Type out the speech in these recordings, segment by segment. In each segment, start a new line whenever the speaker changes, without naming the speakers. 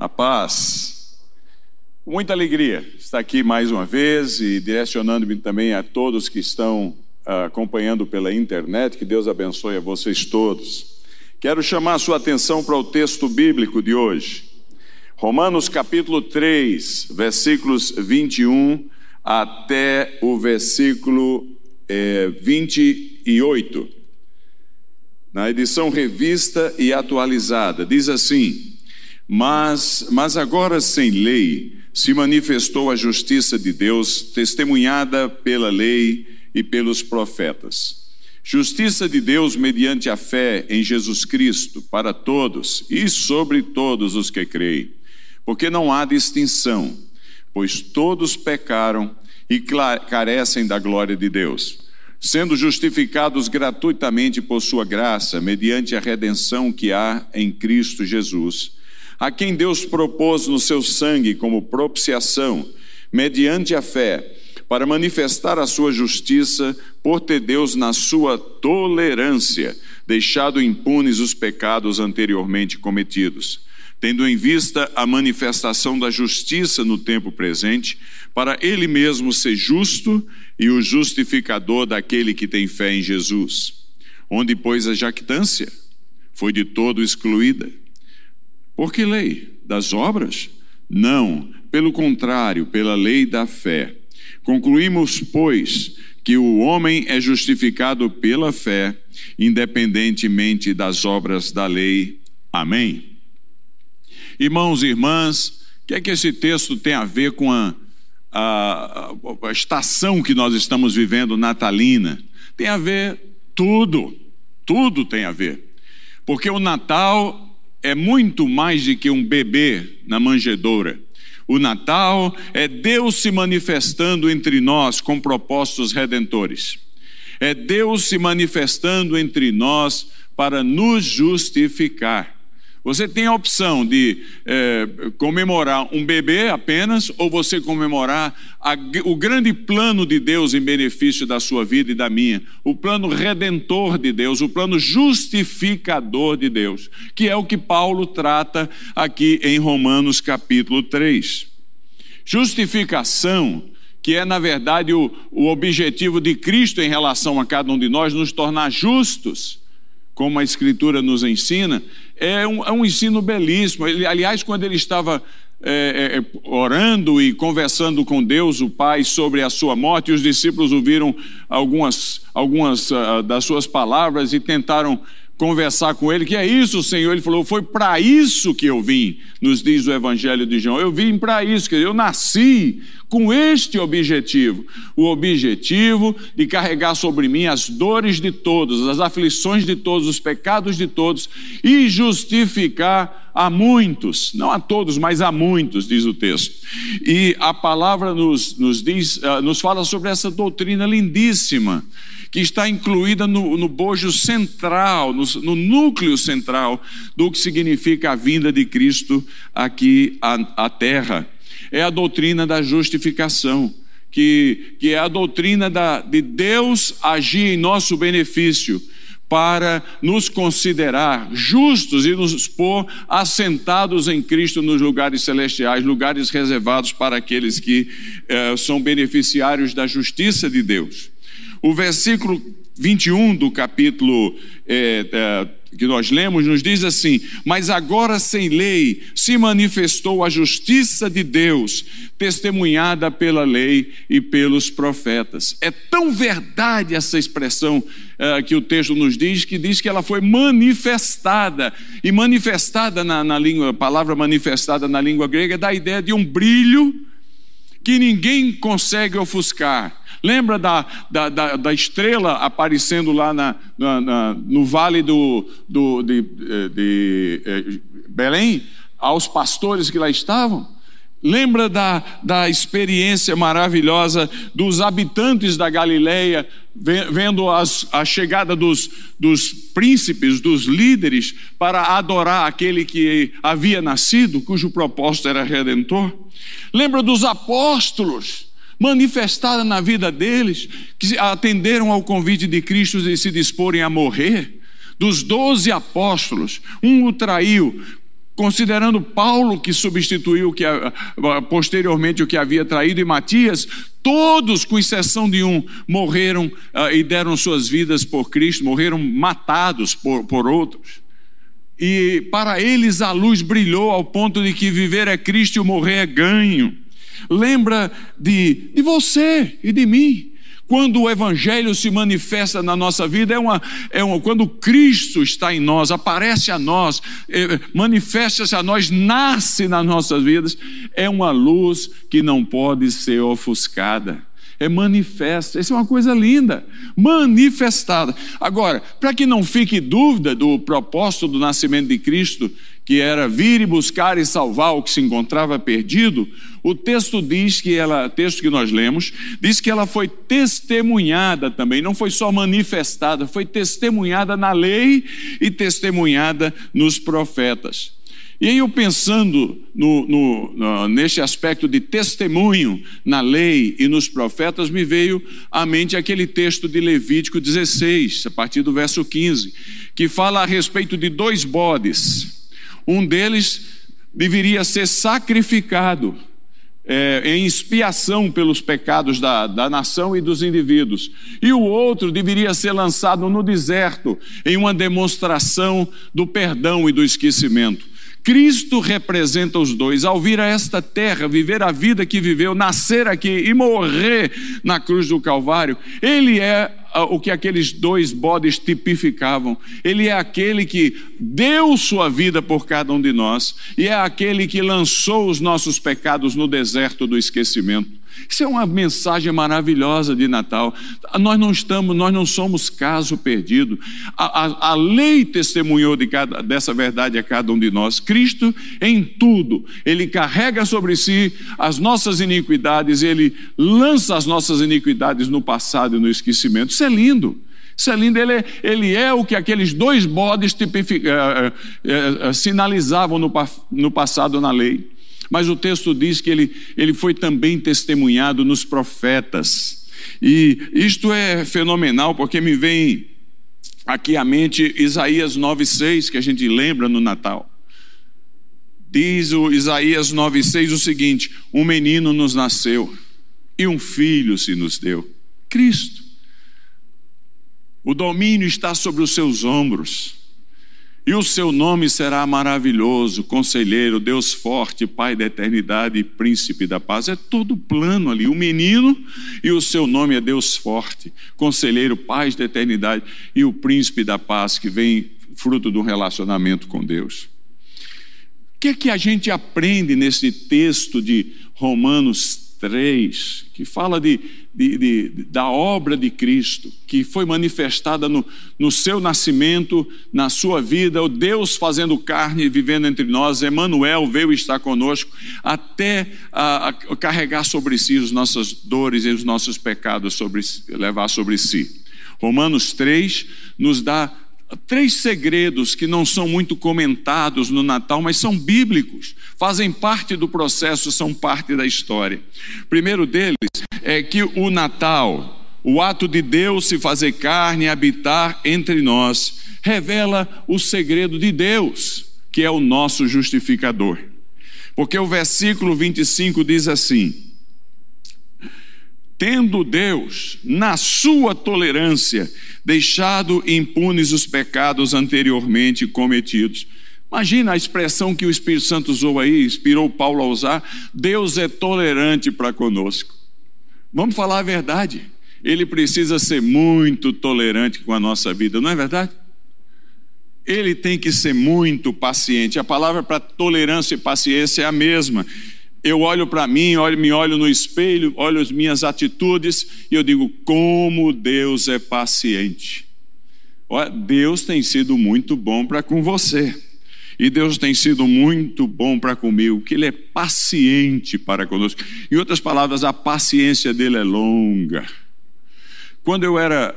A paz. Com muita alegria estar aqui mais uma vez e direcionando-me também a todos que estão acompanhando pela internet. Que Deus abençoe a vocês todos. Quero chamar a sua atenção para o texto bíblico de hoje. Romanos capítulo 3, versículos 21 até o versículo 28. Na edição revista e atualizada, diz assim: Mas agora sem lei se manifestou a justiça de Deus, testemunhada pela lei e pelos profetas. Justiça de Deus mediante a fé em Jesus Cristo, para todos e sobre todos os que creem. Porque não há distinção, pois todos pecaram e carecem da glória de Deus, sendo justificados gratuitamente por sua graça, mediante a redenção que há em Cristo Jesus, a quem Deus propôs no seu sangue como propiciação, mediante a fé, para manifestar a sua justiça, por ter Deus na sua tolerância deixado impunes os pecados anteriormente cometidos, tendo em vista a manifestação da justiça no tempo presente, para ele mesmo ser justo e o justificador daquele que tem fé em Jesus. Onde, pois, a jactância foi de todo excluída. Por que lei? Das obras? Não, pelo contrário, pela lei da fé. Concluímos, pois, que o homem é justificado pela fé, independentemente das obras da lei. Amém? Irmãos e irmãs, o que é que esse texto tem a ver com a estação que nós estamos vivendo, natalina? Tem a ver tudo tem a ver. Porque o Natal é muito mais do que um bebê na manjedoura. O Natal é Deus se manifestando entre nós com propósitos redentores. É Deus se manifestando entre nós para nos justificar. Você tem a opção de comemorar um bebê apenas, ou você comemorar o grande plano de Deus em benefício da sua vida e da minha, o plano redentor de Deus, o plano justificador de Deus, que é o que Paulo trata aqui em Romanos capítulo 3. Justificação, que é na verdade o objetivo de Cristo em relação a cada um de nós, nos tornar justos, como a Escritura nos ensina, é um ensino belíssimo. Aliás, quando ele estava orando e conversando com Deus, o Pai, sobre a sua morte, e os discípulos ouviram algumas das suas palavras e tentaram conversar com ele. Que é isso, Senhor? Ele falou: foi para isso que eu vim, nos diz o Evangelho de João. Eu vim para isso, quer dizer, eu nasci com este objetivo, o objetivo de carregar sobre mim as dores de todos, as aflições de todos, os pecados de todos, e justificar a muitos, não a todos, mas a muitos, diz o texto. E a palavra nos fala sobre essa doutrina lindíssima, que está incluída no bojo central, no núcleo central do que significa a vinda de Cristo aqui à terra. É a doutrina da justificação, que é a doutrina de Deus agir em nosso benefício, para nos considerar justos e nos pôr assentados em Cristo nos lugares celestiais, lugares reservados para aqueles que são beneficiários da justiça de Deus. O versículo 21 do capítulo que nós lemos nos diz assim: mas agora sem lei se manifestou a justiça de Deus, testemunhada pela lei e pelos profetas. É tão verdade essa expressão que o texto nos diz, que ela foi manifestada, e manifestada na língua, a palavra manifestada na língua grega dá a ideia de um brilho que ninguém consegue ofuscar. Lembra da estrela aparecendo lá no vale de Belém, aos pastores que lá estavam? Lembra da experiência maravilhosa dos habitantes da Galileia, vendo a chegada dos príncipes, dos líderes, para adorar aquele que havia nascido, cujo propósito era redentor? Lembra dos apóstolos, manifestada na vida deles, que atenderam ao convite de Cristo de se disporem a morrer? Dos 12 apóstolos, um o traiu, considerando Paulo, que substituiu posteriormente o que havia traído, e Matias, todos, com exceção de um, morreram e deram suas vidas por Cristo, morreram matados por outros. E para eles a luz brilhou ao ponto de que viver é Cristo e o morrer é ganho. Lembra de você e de mim. Quando o Evangelho se manifesta na nossa vida, quando Cristo está em nós, aparece a nós, manifesta-se a nós, nasce nas nossas vidas, é uma luz que não pode ser ofuscada, é manifesta. Isso é uma coisa linda, manifestada. Agora, para que não fique dúvida do propósito do nascimento de Cristo, que era vir e buscar e salvar o que se encontrava perdido, o texto diz que texto que nós lemos, diz que ela foi testemunhada também, não foi só manifestada, foi testemunhada na lei e testemunhada nos profetas. E aí eu pensando neste aspecto de testemunho na lei e nos profetas, me veio à mente aquele texto de Levítico 16, a partir do verso 15, que fala a respeito de 2 bodes. Um deles deveria ser sacrificado em expiação pelos pecados da nação e dos indivíduos, e o outro deveria ser lançado no deserto em uma demonstração do perdão e do esquecimento. Cristo representa os dois. Ao vir a esta terra, viver a vida que viveu, nascer aqui e morrer na cruz do Calvário, ele é o que aqueles 2 bodes tipificavam. Ele é aquele que deu sua vida por cada um de nós e é aquele que lançou os nossos pecados no deserto do esquecimento. Isso é uma mensagem maravilhosa de Natal. Nós não somos caso perdido. A lei testemunhou dessa verdade a cada um de nós. Cristo, em tudo, ele carrega sobre si as nossas iniquidades, ele lança as nossas iniquidades no passado e no esquecimento. Isso é lindo. Isso é lindo. Ele é o que aqueles 2 bodes sinalizavam no passado na lei. Mas o texto diz que ele foi também testemunhado nos profetas. E isto é fenomenal, porque me vem aqui à mente Isaías 9,6, que a gente lembra no Natal. Diz o Isaías 9,6 o seguinte: um menino nos nasceu e um filho se nos deu, Cristo. O domínio está sobre os seus ombros. E o seu nome será maravilhoso, conselheiro, Deus forte, Pai da eternidade e príncipe da paz. É todo plano ali, o menino, e o seu nome é Deus forte, conselheiro, Pai da eternidade e o príncipe da paz, que vem fruto do relacionamento com Deus. O que é que a gente aprende nesse texto de Romanos 3, que fala da obra de Cristo, que foi manifestada no seu nascimento, na sua vida, o Deus fazendo carne e vivendo entre nós, Emanuel veio estar conosco, até carregar sobre si as nossas dores e os nossos pecados, levar sobre si. Romanos 3 nos dá 3 segredos que não são muito comentados no Natal, mas são bíblicos, fazem parte do processo, são parte da história. O primeiro deles é que o Natal, o ato de Deus se fazer carne e habitar entre nós, revela o segredo de Deus, que é o nosso justificador. Porque o versículo 25 diz assim: tendo Deus, na sua tolerância, deixado impunes os pecados anteriormente cometidos. Imagina a expressão que o Espírito Santo usou aí, inspirou Paulo a usar: Deus é tolerante para conosco. Vamos falar a verdade, Ele precisa ser muito tolerante com a nossa vida, não é verdade? Ele tem que ser muito paciente. A palavra para tolerância e paciência é a mesma. Eu olho para mim, me olho no espelho, olho as minhas atitudes e eu digo: como Deus é paciente. Olha, Deus tem sido muito bom para com você. E Deus tem sido muito bom para comigo, que Ele é paciente para conosco. Em outras palavras, a paciência dele é longa. Quando eu era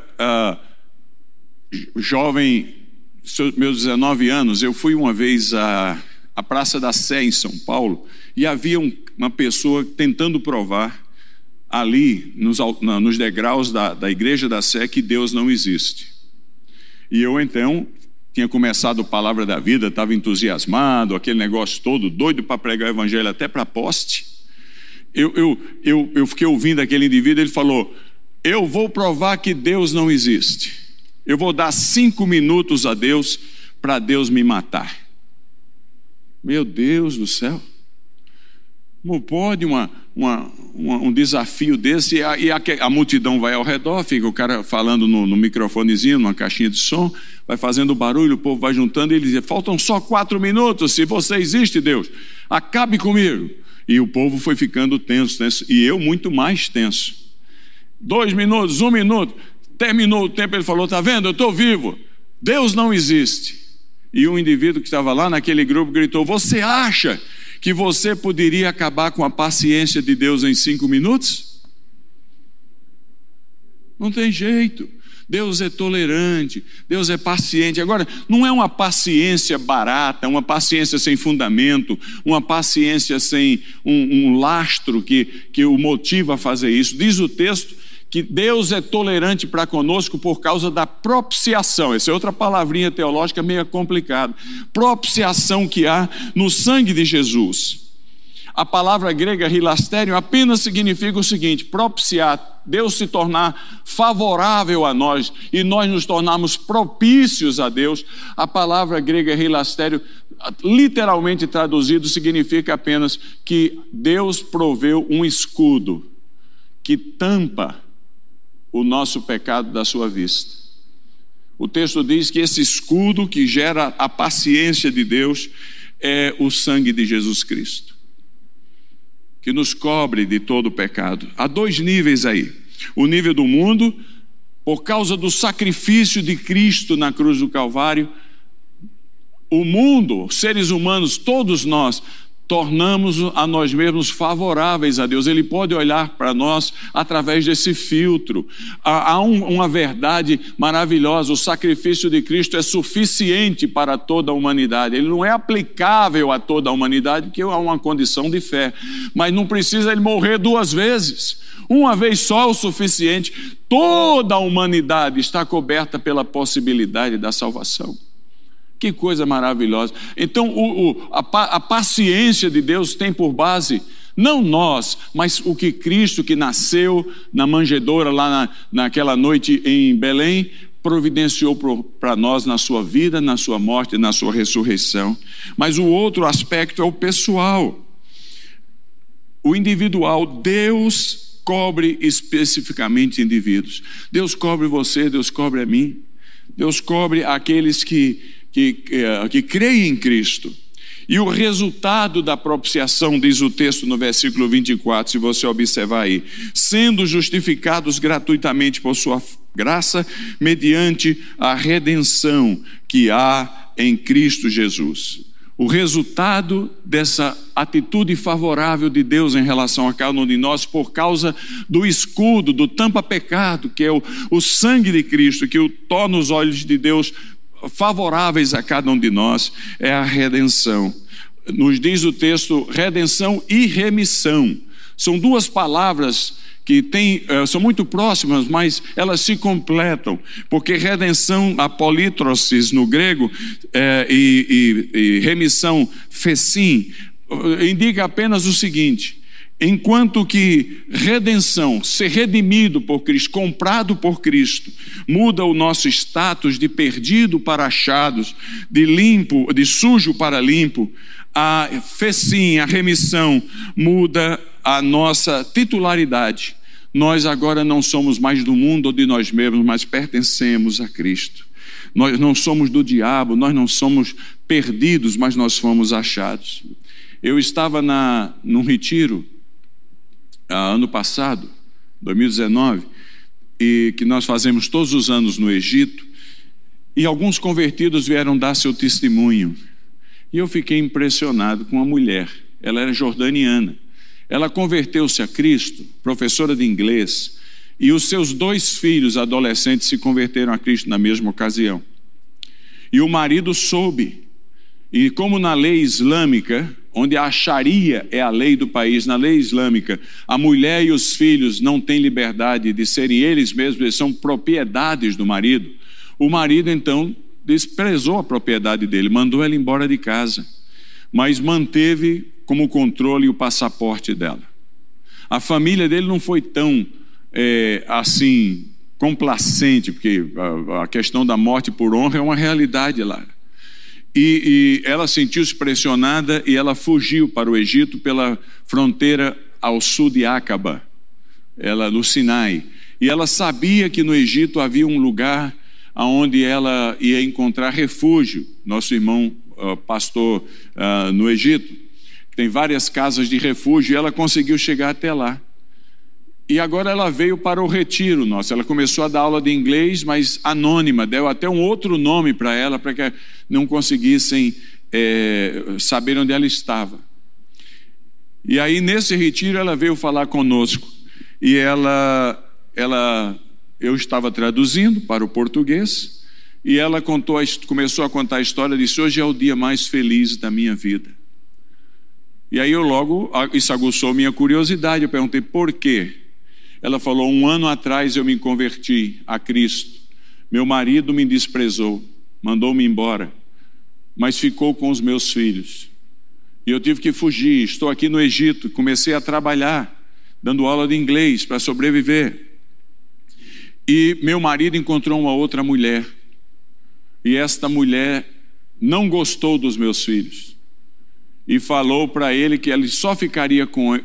jovem, meus 19 anos, eu fui uma vez à Praça da Sé em São Paulo, e havia uma pessoa tentando provar ali nos degraus da Igreja da Sé que Deus não existe. E eu então tinha começado a Palavra da Vida, estava entusiasmado, aquele negócio todo, doido para pregar o evangelho até para poste. Eu fiquei ouvindo aquele indivíduo, ele falou: eu vou provar que Deus não existe. Eu vou dar 5 minutos a Deus para Deus me matar. Meu Deus do céu! Como pode um desafio desse? E a multidão vai ao redor, fica o cara falando no microfonezinho, numa caixinha de som, vai fazendo barulho, o povo vai juntando e ele diz: faltam só 4 minutos, se você existe, Deus, acabe comigo. E o povo foi ficando tenso, e eu muito mais tenso. 2 minutos, 1 minuto, terminou o tempo, ele falou: tá vendo, eu estou vivo, Deus não existe. E um indivíduo que estava lá naquele grupo gritou: você acha que você poderia acabar com a paciência de Deus em 5 minutos? Não tem jeito. Deus é tolerante, Deus é paciente. Agora, não é uma paciência barata, uma paciência sem fundamento, uma paciência sem um lastro que o motiva a fazer isso. Diz o texto que Deus é tolerante para conosco por causa da propiciação. Essa é outra palavrinha teológica meio complicada. Propiciação que há no sangue de Jesus. A palavra grega hilasterion apenas significa o seguinte: propiciar, Deus se tornar favorável a nós e nós nos tornarmos propícios a Deus. A palavra grega hilasterion, literalmente traduzido, significa apenas que Deus proveu um escudo que tampa o nosso pecado da sua vista. O texto diz que esse escudo que gera a paciência de Deus é o sangue de Jesus Cristo, que nos cobre de todo o pecado. Há 2 níveis aí. O nível do mundo, por causa do sacrifício de Cristo na cruz do Calvário, o mundo, seres humanos, todos nós, tornamos a nós mesmos favoráveis a Deus. Ele pode olhar para nós através desse filtro. Há uma verdade maravilhosa: o sacrifício de Cristo é suficiente para toda a humanidade. Ele não é aplicável a toda a humanidade, porque é uma condição de fé, mas não precisa ele morrer 2 vezes. Uma vez só é o suficiente. Toda a humanidade está coberta pela possibilidade da salvação. Que coisa maravilhosa. Então a paciência de Deus tem por base não nós, mas o que Cristo, que nasceu na manjedoura lá naquela noite em Belém, providenciou para nós na sua vida, na sua morte e na sua ressurreição. Mas o outro aspecto é o pessoal, o individual. Deus cobre especificamente indivíduos. Deus cobre você, Deus cobre a mim, Deus cobre aqueles que creem em Cristo. E o resultado da propiciação, diz o texto no versículo 24, se você observar aí: sendo justificados gratuitamente por sua graça, mediante a redenção que há em Cristo Jesus. O resultado dessa atitude favorável de Deus em relação a cada um de nós, por causa do escudo, do tampa-pecado, que é o sangue de Cristo, que torna os olhos de Deus favoráveis a cada um de nós, é a redenção. Nos diz o texto redenção e remissão. São 2 palavras que são muito próximas, mas elas se completam, porque redenção, apolítrosis no grego, e remissão, fesim, indica apenas o seguinte: enquanto que redenção, ser redimido por Cristo, comprado por Cristo, muda o nosso status de perdido para achados, de sujo para limpo, a fesim, a remissão, muda a nossa titularidade. Nós agora não somos mais do mundo ou de nós mesmos, mas pertencemos a Cristo. Nós não somos do diabo, nós não somos perdidos, mas nós fomos achados. Eu estava num retiro ano passado, 2019, e que nós fazemos todos os anos no Egito, e alguns convertidos vieram dar seu testemunho. E eu fiquei impressionado com uma mulher. Ela era jordaniana. Ela converteu-se a Cristo, professora de inglês, e os seus 2 filhos adolescentes se converteram a Cristo na mesma ocasião. E o marido soube. E como na lei islâmica, onde a Sharia é a lei do país, na lei islâmica, a mulher e os filhos não têm liberdade de serem eles mesmos, eles são propriedades do marido. O marido então desprezou a propriedade dele, mandou ela embora de casa, mas manteve como controle o passaporte dela. A família dele não foi tão assim complacente, porque a questão da morte por honra é uma realidade lá. E ela sentiu-se pressionada e ela fugiu para o Egito pela fronteira ao sul de Acaba, no Sinai. E ela sabia que no Egito havia um lugar onde ela ia encontrar refúgio. Nosso irmão pastor no Egito tem várias casas de refúgio e ela conseguiu chegar até lá. E agora ela veio para o retiro nosso. Ela começou a dar aula de inglês, mas anônima, deu até um outro nome para ela, para que não conseguissem saber onde ela estava. E aí nesse retiro ela veio falar conosco. E eu estava traduzindo para o português, e ela começou a contar a história, disse: hoje é o dia mais feliz da minha vida. E aí isso aguçou minha curiosidade, eu perguntei por quê. Ela falou: 1 ano atrás eu me converti a Cristo, meu marido me desprezou, mandou-me embora, mas ficou com os meus filhos, e eu tive que fugir, estou aqui no Egito, comecei a trabalhar, dando aula de inglês para sobreviver, e meu marido encontrou uma outra mulher, e esta mulher não gostou dos meus filhos, e falou para ele que ela só ficaria com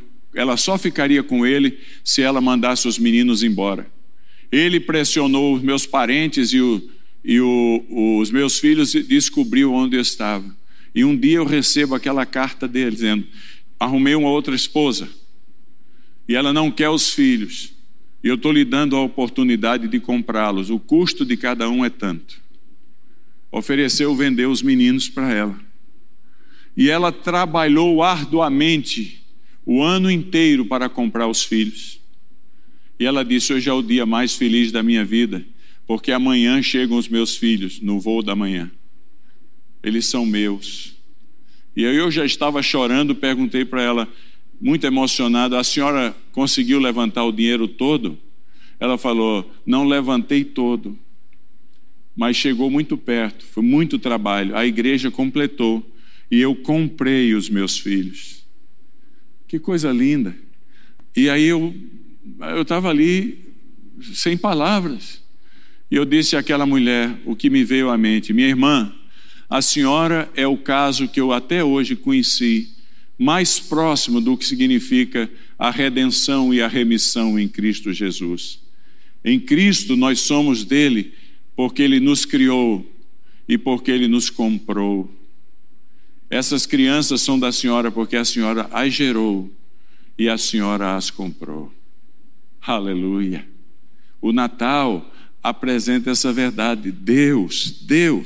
ele se ela mandasse os meninos embora. Ele pressionou os meus parentes e os meus filhos, e descobriu onde eu estava. E um dia eu recebo aquela carta dele dizendo: arrumei uma outra esposa e ela não quer os filhos, e eu estou lhe dando a oportunidade de comprá-los, o custo de cada um é tanto. Ofereceu vender os meninos para ela, e ela trabalhou arduamente o ano inteiro para comprar os filhos. E ela disse: hoje é o dia mais feliz da minha vida, porque amanhã chegam os meus filhos no voo da manhã, eles são meus. E aí eu já estava chorando, perguntei para ela, muito emocionado: a senhora conseguiu levantar o dinheiro todo? Ela falou: não levantei todo, mas chegou muito perto, foi muito trabalho, a igreja completou e eu comprei os meus filhos. Que coisa linda. E aí eu estava ali sem palavras, e eu disse àquela mulher o que me veio à mente: minha irmã, a senhora é o caso que eu até hoje conheci mais próximo do que significa a redenção e a remissão em Cristo Jesus. Em Cristo nós somos dele porque ele nos criou e porque ele nos comprou. Essas crianças são da senhora porque a senhora as gerou e a senhora as comprou. Aleluia. O Natal apresenta essa verdade. Deus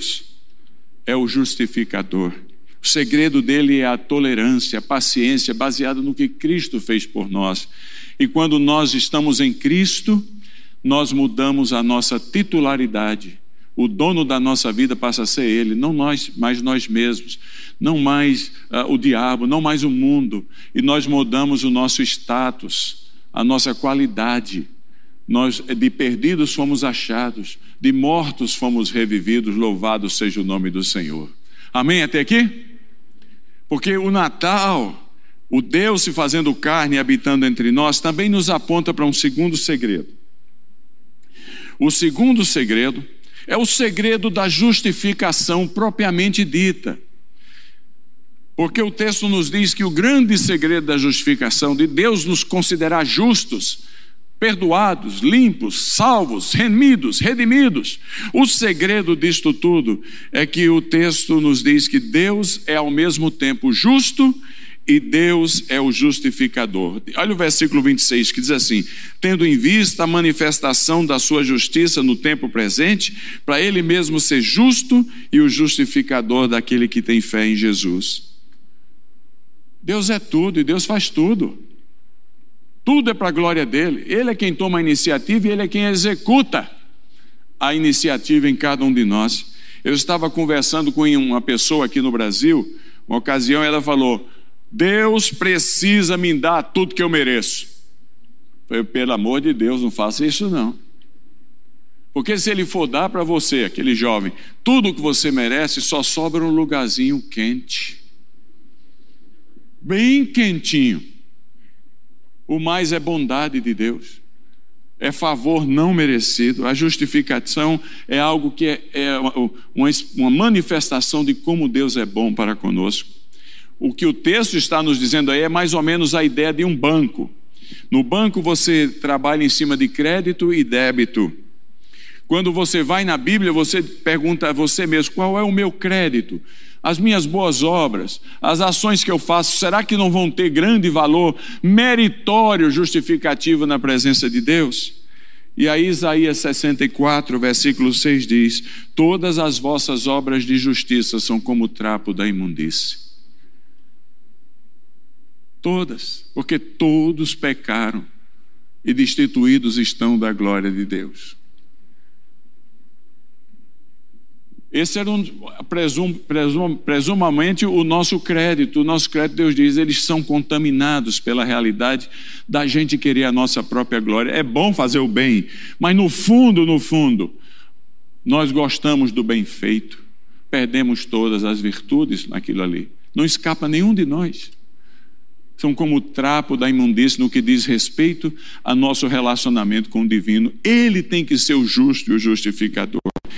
é o justificador. O segredo dele é a tolerância, a paciência, baseada no que Cristo fez por nós. E quando nós estamos em Cristo, nós mudamos a nossa titularidade. O dono da nossa vida passa a ser Ele, não nós, mas nós mesmos. Não mais o diabo, não mais o mundo. E nós mudamos o nosso status, a nossa qualidade. Nós de perdidos fomos achados, de mortos fomos revividos. Louvado seja o nome do Senhor. Amém até aqui? Porque o Natal, o Deus se fazendo carne e habitando entre nós, também nos aponta para um segundo segredo. O segundo segredo é o segredo da justificação propriamente dita. Porque o texto nos diz que o grande segredo da justificação, de Deus nos considerar justos, perdoados, limpos, salvos, remidos, redimidos. O segredo disto tudo é que o texto nos diz que Deus é ao mesmo tempo justo e Deus é o justificador. Olha o versículo 26 que diz assim: tendo em vista a manifestação da sua justiça no tempo presente, para ele mesmo ser justo e o justificador daquele que tem fé em Jesus. Deus é tudo e Deus faz tudo. Tudo é para a glória dele. Ele é quem toma a iniciativa e ele é quem executa a iniciativa em cada um de nós. Eu estava conversando com uma pessoa aqui no Brasil, uma ocasião ela falou: Deus precisa me dar tudo que eu mereço. Eu falei: pelo amor de Deus, não faça isso não. Porque se ele for dar para você, aquele jovem, tudo o que você merece, só sobra um lugarzinho quente. Bem quentinho. O mais é bondade de Deus. É favor não merecido. A justificação é algo que é uma manifestação de como Deus é bom para conosco. O que o texto está nos dizendo aí é mais ou menos a ideia de um banco. No banco você trabalha em cima de crédito e débito. Quando você vai na Bíblia, você pergunta a você mesmo: qual é o meu crédito? As minhas boas obras, as ações que eu faço, será que não vão ter grande valor meritório, justificativo na presença de Deus? E aí Isaías 64, versículo 6 diz: todas as vossas obras de justiça são como o trapo da imundície. Todas, porque todos pecaram e destituídos estão da glória de Deus. Esse era presumamente o nosso crédito. O nosso crédito, Deus diz, eles são contaminados pela realidade da gente querer a nossa própria glória. É bom fazer o bem, mas no fundo, nós gostamos do bem feito. Perdemos todas as virtudes naquilo ali. Não escapa nenhum de nós. São como o trapo da imundície no que diz respeito a nosso relacionamento com o divino. Ele tem que ser o justo e o justificador.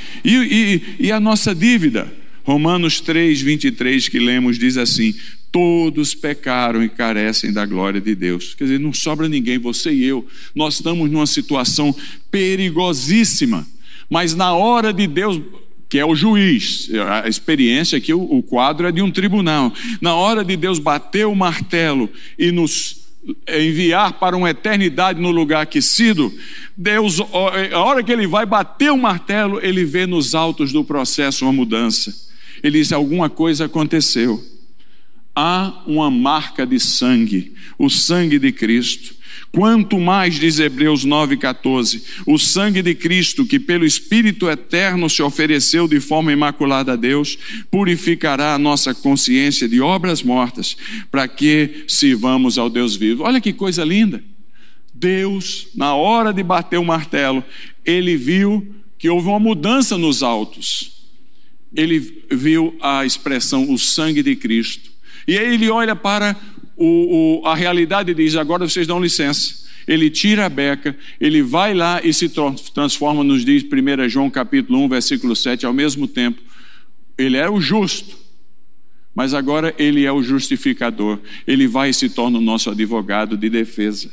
E a nossa dívida, Romanos 3, 23, que lemos, diz assim: todos pecaram e carecem da glória de Deus. Quer dizer, não sobra ninguém, você e eu. Nós estamos numa situação perigosíssima, mas na hora de Deus, que é o juiz, a experiência aqui, o quadro é de um tribunal. Na hora de Deus bater o martelo e nos enviar para uma eternidade no lugar aquecido, Deus, a hora que ele vai bater o martelo, ele vê nos autos do processo uma mudança. Ele diz: alguma coisa aconteceu. Há uma marca de sangue, o sangue de Cristo. Quanto mais, diz Hebreus 9,14, o sangue de Cristo, que pelo Espírito eterno se ofereceu de forma imaculada a Deus, purificará a nossa consciência de obras mortas, para que sirvamos ao Deus vivo. Olha que coisa linda. Deus, na hora de bater o martelo, ele viu que houve uma mudança nos autos. Ele viu a expressão, o sangue de Cristo. E aí ele olha para a realidade e diz: agora vocês dão licença. Ele tira a beca, ele vai lá e se transforma, nos diz 1 João capítulo 1, versículo 7, ao mesmo tempo. Ele era o justo, mas agora ele é o justificador. Ele vai e se torna o nosso advogado de defesa.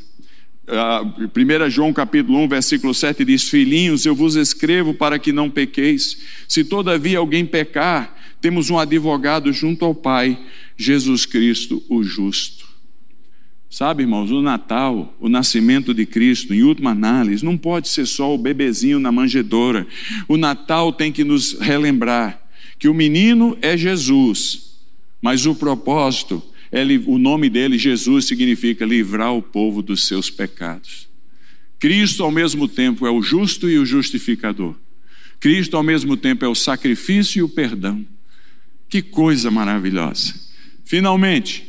1 João capítulo 1, versículo 7 diz: filhinhos, eu vos escrevo para que não pequeis. Se todavia alguém pecar, temos um advogado junto ao Pai, Jesus Cristo, o justo. Sabe, irmãos, o Natal, o nascimento de Cristo, em última análise, não pode ser só o bebezinho na manjedoura. O Natal tem que nos relembrar que o menino é Jesus, mas o propósito, o nome dele, Jesus, significa livrar o povo dos seus pecados. Cristo, ao mesmo tempo, é o justo e o justificador. Cristo, ao mesmo tempo, é o sacrifício e o perdão. Que coisa maravilhosa. Finalmente,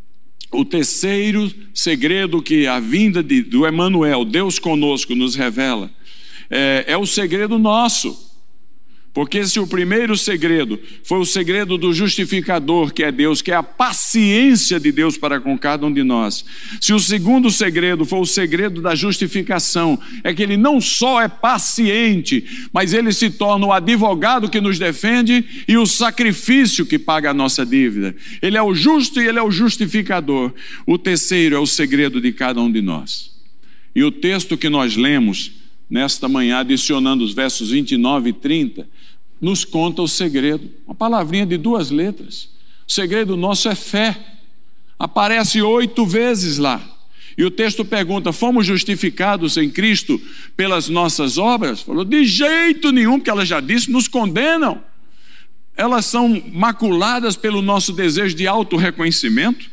o terceiro segredo que a vinda do Emanuel, Deus conosco, nos revela, é o segredo nosso. Porque se o primeiro segredo foi o segredo do justificador, que é Deus, que é a paciência de Deus para com cada um de nós, se o segundo segredo foi o segredo da justificação, é que ele não só é paciente, mas ele se torna o advogado que nos defende e o sacrifício que paga a nossa dívida. Ele é o justo e ele é o justificador. O terceiro é o segredo de cada um de nós. E o texto que nós lemos nesta manhã, adicionando os versos 29 e 30, nos conta o segredo. Uma palavrinha de 2 letras. O segredo nosso é fé. Aparece 8 vezes lá. E o texto pergunta: fomos justificados em Cristo pelas nossas obras? Falou: de jeito nenhum, porque ela já disse, nos condenam. Elas são maculadas pelo nosso desejo de autorreconhecimento.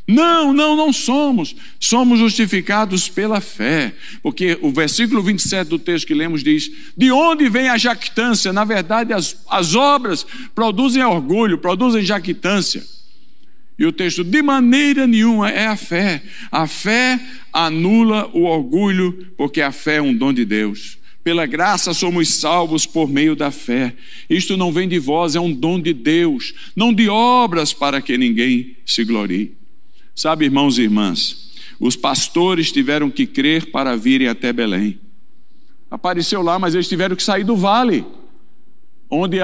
Não somos. Somos justificados pela fé. Porque o versículo 27 do texto que lemos diz: de onde vem a jactância? Na verdade, as obras produzem orgulho, produzem jactância. E o texto: de maneira nenhuma, é a fé. A fé anula o orgulho, porque a fé é um dom de Deus. Pela graça somos salvos por meio da fé. Isto não vem de vós, é um dom de Deus, não de obras para que ninguém se glorie. Sabe, irmãos e irmãs, os pastores tiveram que crer para virem até Belém. Apareceu lá, mas eles tiveram que sair do vale, onde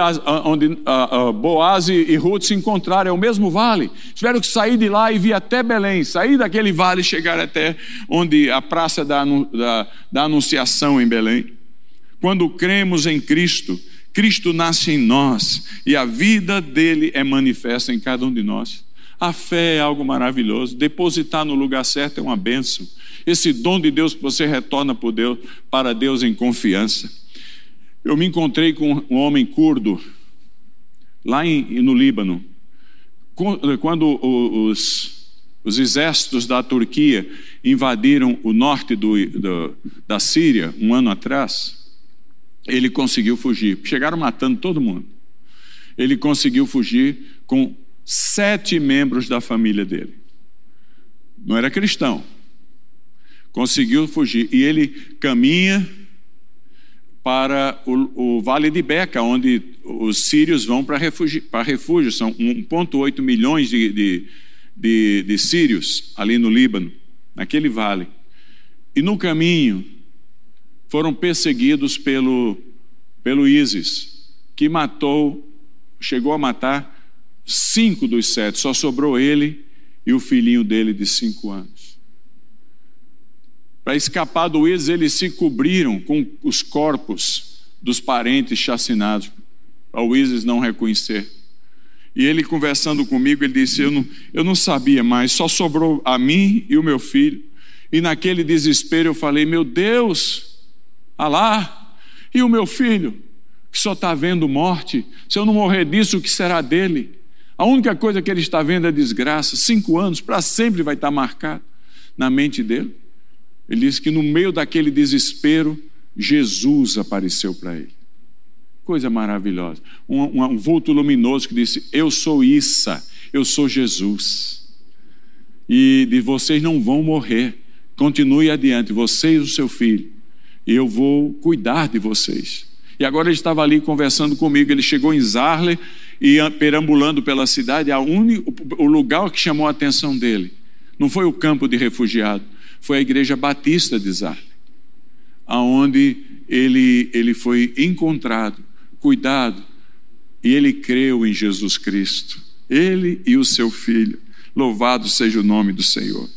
Boaz e Ruth se encontraram, é o mesmo vale. Tiveram que sair de lá e vir até Belém, sair daquele vale e chegar até onde a praça da Anunciação em Belém. Quando cremos em Cristo, Cristo nasce em nós e a vida dele é manifesta em cada um de nós. A fé é algo maravilhoso, depositar no lugar certo é uma bênção. Esse dom de Deus que você retorna para Deus em confiança. Eu me encontrei com um homem curdo lá no Líbano. Quando os exércitos da Turquia invadiram o norte da Síria um ano atrás, ele conseguiu fugir. Chegaram matando todo mundo. Ele conseguiu fugir com 7 membros da família dele. Não era cristão. Conseguiu fugir. E ele caminha para o Vale de Beca, onde os sírios vão para refúgio. São 1,8 milhões de sírios ali no Líbano, naquele vale. E no caminho foram perseguidos pelo ISIS, que chegou a matar 5 dos 7, só sobrou ele e o filhinho dele de 5 anos. Para escapar do ISIS, eles se cobriram com os corpos dos parentes chacinados, para o ISIS não reconhecer. E ele conversando comigo, ele disse, eu não sabia mais, só sobrou a mim e o meu filho. E naquele desespero eu falei, meu Deus, Alá, e o meu filho, que só está vendo morte, se eu não morrer disso, o que será dele? A única coisa que ele está vendo é desgraça. 5 anos, para sempre vai estar marcado na mente dele. Ele disse que no meio daquele desespero, Jesus apareceu para ele. Coisa maravilhosa. Um vulto luminoso que disse, eu sou Issa, eu sou Jesus. E vocês não vão morrer. Continue adiante, você e o seu filho. E eu vou cuidar de vocês. E agora ele estava ali conversando comigo. Ele chegou em Zarle e perambulando pela cidade. O lugar que chamou a atenção dele não foi o campo de refugiado, foi a igreja batista de Zarle, aonde ele foi encontrado, cuidado, e ele creu em Jesus Cristo, ele e o seu filho. Louvado seja o nome do Senhor.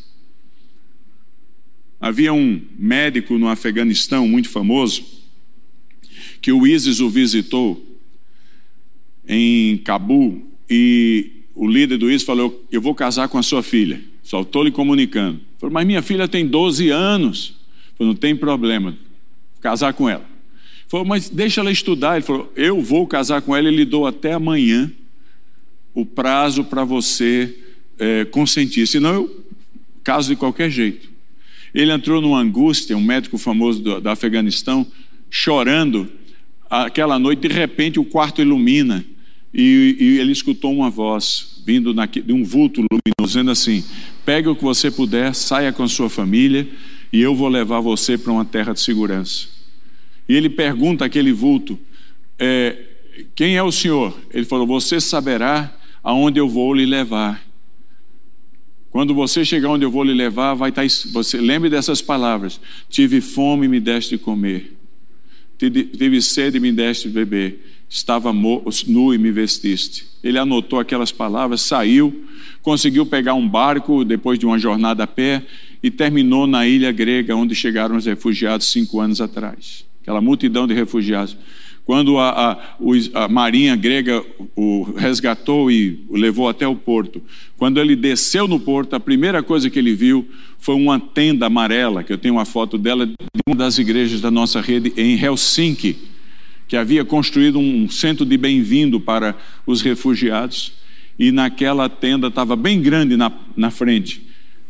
Havia um médico no Afeganistão muito famoso, que o ISIS o visitou em Cabul, e o líder do ISIS falou, eu vou casar com a sua filha, só estou lhe comunicando. Ele falou, mas minha filha tem 12 anos. Ele falou, não tem problema, vou casar com ela. Ele falou, mas deixa ela estudar. Ele falou, eu vou casar com ela e lhe dou até amanhã o prazo para você consentir, senão eu caso de qualquer jeito. Ele entrou numa angústia, um médico famoso do Afeganistão, chorando. Aquela noite, de repente, o quarto ilumina e ele escutou uma voz vindo de um vulto luminoso, dizendo assim, pegue o que você puder, saia com a sua família e eu vou levar você para uma terra de segurança. E ele pergunta àquele vulto, quem é o senhor? Ele falou, você saberá aonde eu vou lhe levar. Quando você chegar onde eu vou lhe levar, vai estar, você lembre dessas palavras, tive fome e me deste de comer, tive sede e me deste de beber, estava nu e me vestiste. Ele anotou aquelas palavras, saiu, conseguiu pegar um barco depois de uma jornada a pé e terminou na ilha grega onde chegaram os refugiados 5 anos atrás, aquela multidão de refugiados. Quando a marinha grega o resgatou e o levou até o porto, quando ele desceu no porto, a primeira coisa que ele viu foi uma tenda amarela, que eu tenho uma foto dela, de uma das igrejas da nossa rede em Helsinki, que havia construído um centro de bem-vindo para os refugiados, e naquela tenda estava bem grande na frente,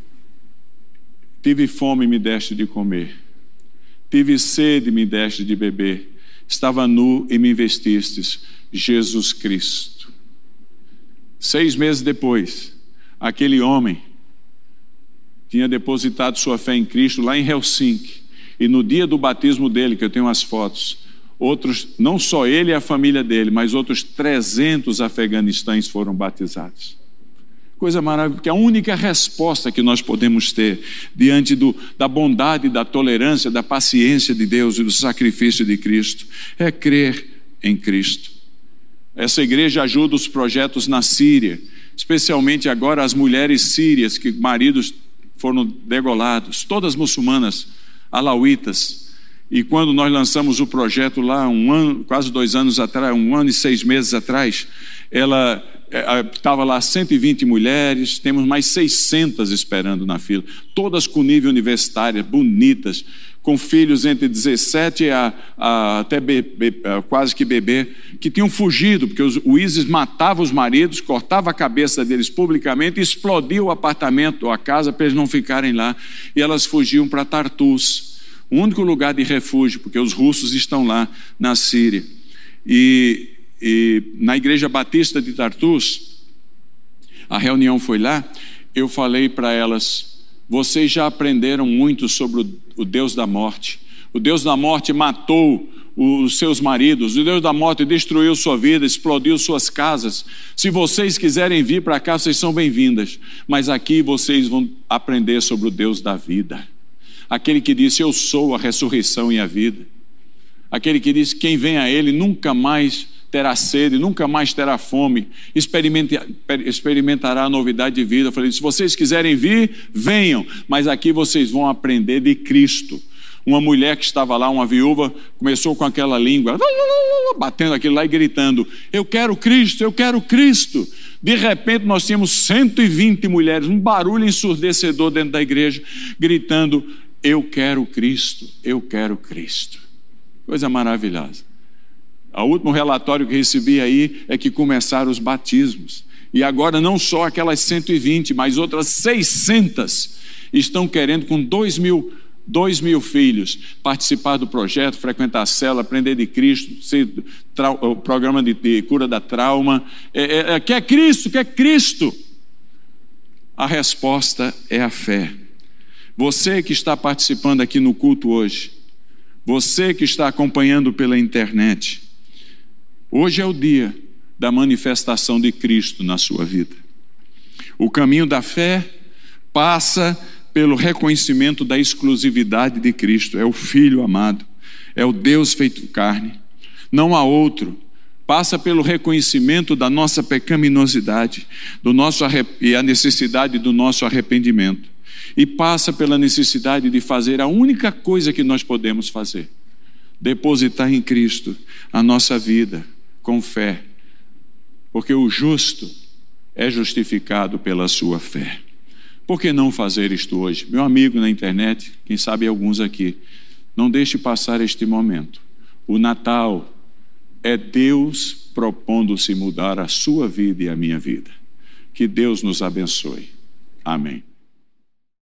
tive fome e me deste de comer, tive sede e me deste de beber, estava nu e me vestistes, Jesus Cristo. 6 meses depois, aquele homem tinha depositado sua fé em Cristo lá em Helsinki, E no dia do batismo dele, que eu tenho as fotos, outros, não só ele e a família dele, mas outros 300 afeganistães foram batizados. Coisa maravilhosa, porque a única resposta que nós podemos ter diante da bondade, da tolerância, da paciência de Deus e do sacrifício de Cristo é crer em Cristo. Essa igreja ajuda os projetos na Síria, especialmente agora as mulheres sírias que maridos foram degolados, todas muçulmanas, alauítas. E quando nós lançamos o projeto lá, quase 2 anos atrás, 1 ano e 6 meses atrás, ela estava lá 120 mulheres, temos mais 600 esperando na fila, todas com nível universitário, bonitas, com filhos entre 17 até quase que bebê, que tinham fugido, porque o ISIS matava os maridos, cortava a cabeça deles publicamente e explodia o apartamento ou a casa para eles não ficarem lá. E elas fugiam para Tartus, o único lugar de refúgio, porque os russos estão lá na Síria. E na Igreja Batista de Tartus, a reunião foi lá, eu falei para elas: vocês já aprenderam muito sobre o Deus da morte. O Deus da morte matou os seus maridos, o Deus da morte destruiu sua vida, explodiu suas casas. Se vocês quiserem vir para cá, vocês são bem-vindas, mas aqui vocês vão aprender sobre o Deus da vida, aquele que disse: eu sou a ressurreição e a vida, aquele que disse: quem vem a ele nunca mais terá sede, nunca mais terá fome, experimentará a novidade de vida. Eu falei: se vocês quiserem vir, venham, mas aqui vocês vão aprender de Cristo. Uma mulher que estava lá, uma viúva, começou com aquela língua, batendo aquilo lá e gritando: eu quero Cristo, eu quero Cristo. De repente nós tínhamos 120 mulheres, um barulho ensurdecedor dentro da igreja, gritando: eu quero Cristo, eu quero Cristo. Coisa maravilhosa. O último relatório que recebi aí é que começaram os batismos. E agora não só aquelas 120, mas outras 600 estão querendo, com 2 mil filhos, participar do projeto, frequentar a célula, aprender de Cristo, o programa de cura da trauma. Quer Cristo, quer Cristo. A resposta é a fé. Você que está participando aqui no culto hoje, você que está acompanhando pela internet, hoje é o dia da manifestação de Cristo na sua vida. O caminho da fé passa pelo reconhecimento da exclusividade de Cristo. É o Filho amado, é o Deus feito carne, não há outro. Passa pelo reconhecimento da nossa pecaminosidade, e a necessidade do nosso arrependimento. E passa pela necessidade de fazer a única coisa que nós podemos fazer: depositar em Cristo a nossa vida com fé, porque o justo é justificado pela sua fé. Por que não fazer isto hoje? Meu amigo na internet, quem sabe alguns aqui, não deixe passar este momento. O Natal é Deus propondo-se mudar a sua vida e a minha vida. Que Deus nos abençoe. Amém.